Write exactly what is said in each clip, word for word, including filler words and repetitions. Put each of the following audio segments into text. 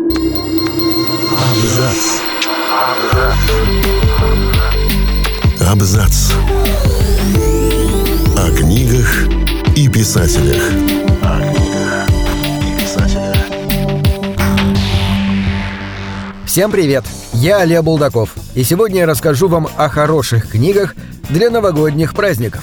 Абзац. Абзац. О книгах и писателях. О книгах и писателях. Всем привет! Я Олег Булдаков, и сегодня я расскажу вам о хороших книгах для новогодних праздников.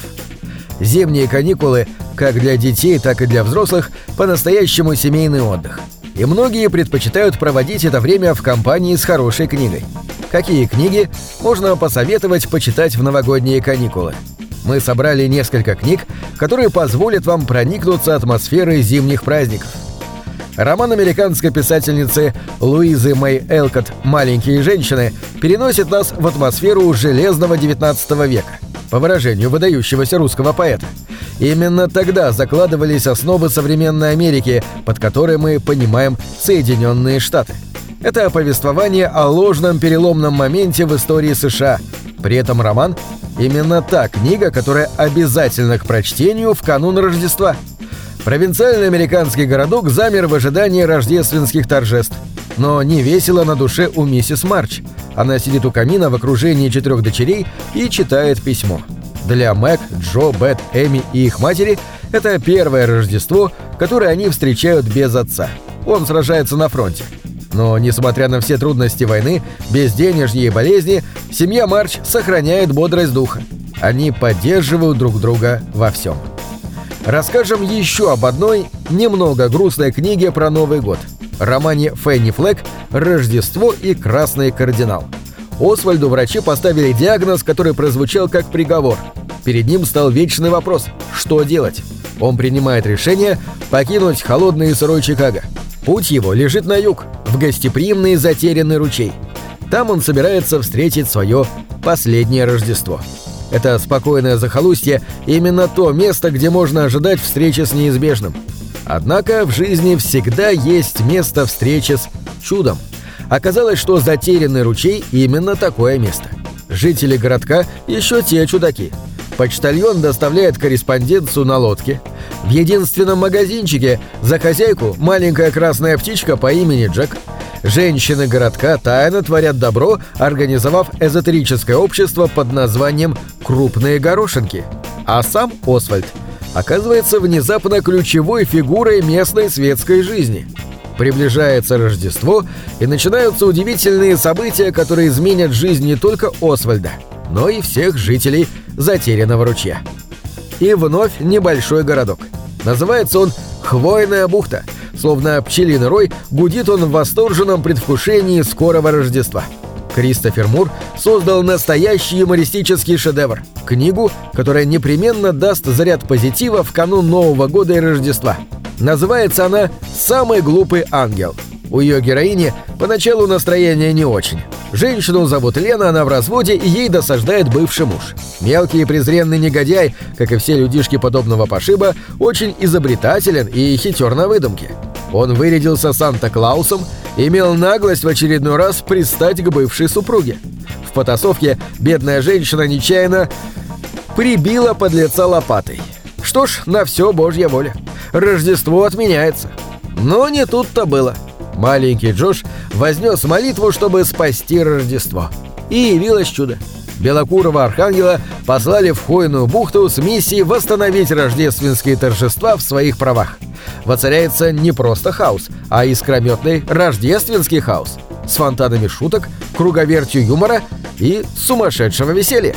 Зимние каникулы, как для детей, так и для взрослых, по-настоящему семейный отдых. И многие предпочитают проводить это время в компании с хорошей книгой. Какие книги можно посоветовать почитать в новогодние каникулы? Мы собрали несколько книг, которые позволят вам проникнуться атмосферой зимних праздников. Роман американской писательницы Луизы Мэй Элкотт «Маленькие женщины» переносит нас в атмосферу железного девятнадцатого века, по выражению выдающегося русского поэта. Именно тогда закладывались основы современной Америки, под которой мы понимаем Соединенные Штаты. Это повествование о ложном переломном моменте в истории США. При этом роман — именно та книга, которая обязательна к прочтению в канун Рождества. Провинциальный американский городок замер в ожидании рождественских торжеств. Но не весело на душе у миссис Марч. Она сидит у камина в окружении четырех дочерей и читает письмо. Для Мэг, Джо, Бет, Эми и их матери это первое Рождество, которое они встречают без отца. Он сражается на фронте. Но, несмотря на все трудности войны, безденежье и болезни, семья Марч сохраняет бодрость духа. Они поддерживают друг друга во всем. Расскажем еще об одной, немного грустной книге про Новый год. Романе Фенни Флэк «Рождество и красный кардинал». Освальду врачи поставили диагноз, который прозвучал как приговор. Перед ним стал вечный вопрос – что делать? Он принимает решение покинуть холодный и сырой Чикаго. Путь его лежит на юг, в гостеприимный затерянный ручей. Там он собирается встретить свое последнее Рождество. Это спокойное захолустье – именно то место, где можно ожидать встречи с неизбежным. Однако в жизни всегда есть место встречи с чудом. Оказалось, что затерянный ручей – именно такое место. Жители городка еще те чудаки. Почтальон доставляет корреспонденцию на лодке. В единственном магазинчике за хозяйку маленькая красная птичка по имени Джек. Женщины городка тайно творят добро, организовав эзотерическое общество под названием «Крупные горошинки». А сам Освальд оказывается внезапно ключевой фигурой местной светской жизни. Приближается Рождество, и начинаются удивительные события, которые изменят жизнь не только Освальда, но и всех жителей затерянного ручья. И вновь небольшой городок. Называется он «Хвойная бухта». Словно пчелиный рой, гудит он в восторженном предвкушении скорого Рождества. Кристофер Мур создал настоящий юмористический шедевр – книгу, которая непременно даст заряд позитива в канун Нового года и Рождества. Называется она «Самый глупый ангел». У ее героини поначалу настроение не очень. Женщину зовут Лена, она в разводе, и ей досаждает бывший муж. Мелкий и презренный негодяй, как и все людишки подобного пошиба, очень изобретателен и хитер на выдумке. Он вырядился Санта-Клаусом и имел наглость в очередной раз пристать к бывшей супруге. В потасовке бедная женщина нечаянно прибила подлеца лопатой. Что ж, на все Божья воля. Рождество отменяется. Но не тут-то было. Маленький Джош вознес молитву, чтобы спасти Рождество. И явилось чудо. Белокурого архангела послали в Хвойную бухту с миссией восстановить рождественские торжества в своих правах. Воцаряется не просто хаос, а искрометный рождественский хаос с фонтанами шуток, круговертью юмора и сумасшедшего веселья.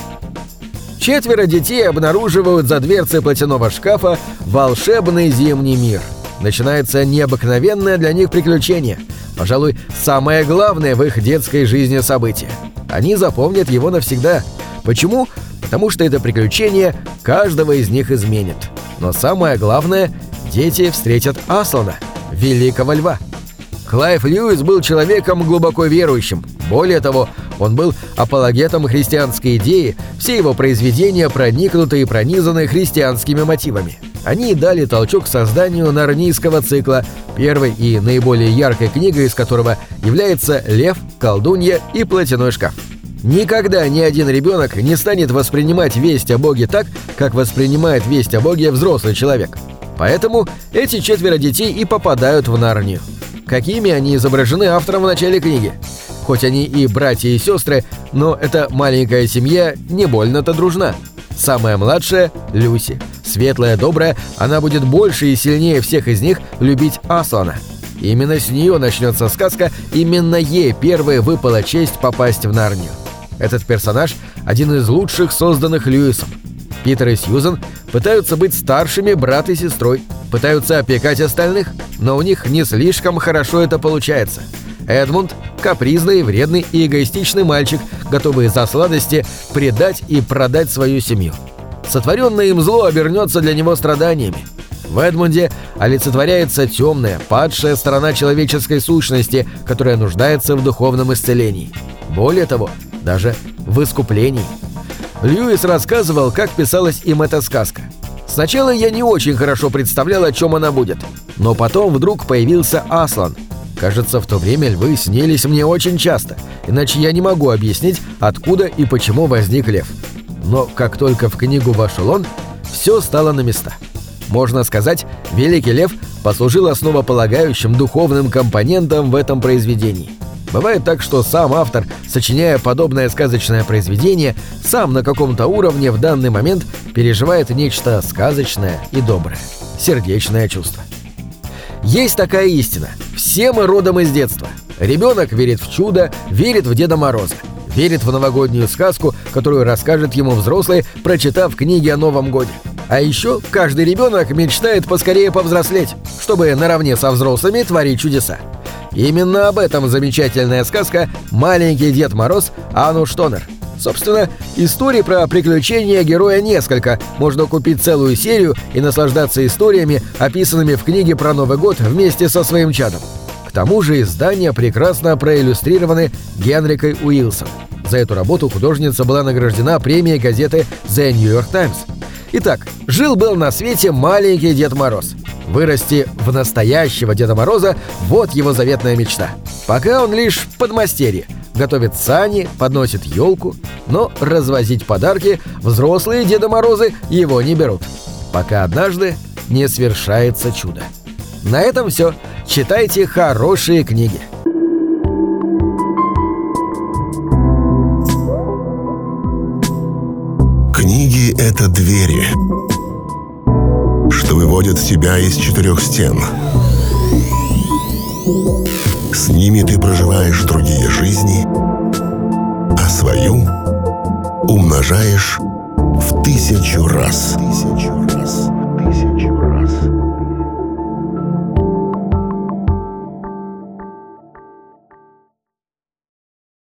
Четверо детей обнаруживают за дверцей платяного шкафа волшебный зимний мир. Начинается необыкновенное для них приключение, пожалуй, самое главное в их детской жизни событие. Они запомнят его навсегда. Почему? Потому что это приключение каждого из них изменит. Но самое главное – дети встретят Аслана, великого льва. Клайв Льюис был человеком глубоко верующим. Более того, он был апологетом христианской идеи, все его произведения проникнуты и пронизаны христианскими мотивами. Они дали толчок созданию нарнийского цикла, первой и наиболее яркой книгой из которого является «Лев, колдунья и платяной шкаф». Никогда ни один ребенок не станет воспринимать весть о Боге так, как воспринимает весть о Боге взрослый человек. Поэтому эти четверо детей и попадают в Нарнию. какими они изображены автором в начале книги. Хоть они и братья и сестры, но эта маленькая семья не больно-то дружна. Самая младшая — Люси. Светлая, добрая, она будет больше и сильнее всех из них любить Аслана. Именно с нее начнется сказка, именно ей первой выпала честь попасть в Нарнию. Этот персонаж – один из лучших созданных Льюисом. Питер и Сьюзан пытаются быть старшими брат и сестрой, пытаются опекать остальных, но у них не слишком хорошо это получается. Эдмунд – капризный, вредный и эгоистичный мальчик, готовый за сладости предать и продать свою семью. Сотворенное им зло обернется для него страданиями. В Эдмунде олицетворяется темная, падшая сторона человеческой сущности, которая нуждается в духовном исцелении. Более того, даже в искуплении. Льюис рассказывал, как писалась им эта сказка. Сначала я не очень хорошо представлял, о чем она будет, но потом вдруг появился Аслан. Кажется, в то время львы снились мне очень часто, иначе я не могу объяснить, откуда и почему возник лев. Но как только в книгу вошел он, все стало на места. Можно сказать, Великий Лев послужил основополагающим духовным компонентом в этом произведении. Бывает так, что сам автор, сочиняя подобное сказочное произведение, сам на каком-то уровне в данный момент переживает нечто сказочное и доброе, сердечное чувство. Есть такая истина. Все мы родом из детства. Ребенок верит в чудо, верит в Деда Мороза, верит в новогоднюю сказку, которую расскажет ему взрослый, прочитав книги о Новом годе. А еще каждый ребенок мечтает поскорее повзрослеть, чтобы наравне со взрослыми творить чудеса. Именно об этом замечательная сказка «Маленький Дед Мороз» Анны Штонер. Собственно, историй про приключения героя несколько, можно купить целую серию и наслаждаться историями, описанными в книге про Новый год вместе со своим чадом. К тому же издания прекрасно проиллюстрированы Генрикой Уилсон. За эту работу художница была награждена премией газеты The New York Times. Итак, жил-был на свете маленький Дед Мороз. Вырасти в настоящего Деда Мороза – вот его заветная мечта. Пока он лишь подмастерье, готовит сани, подносит елку, но развозить подарки взрослые Деда Морозы его не берут. Пока однажды не свершается чудо. На этом все. Читайте хорошие книги. Книги — это двери, что выводят тебя из четырех стен. С ними ты проживаешь другие жизни, а свою умножаешь в тысячу раз. Тысячу раз.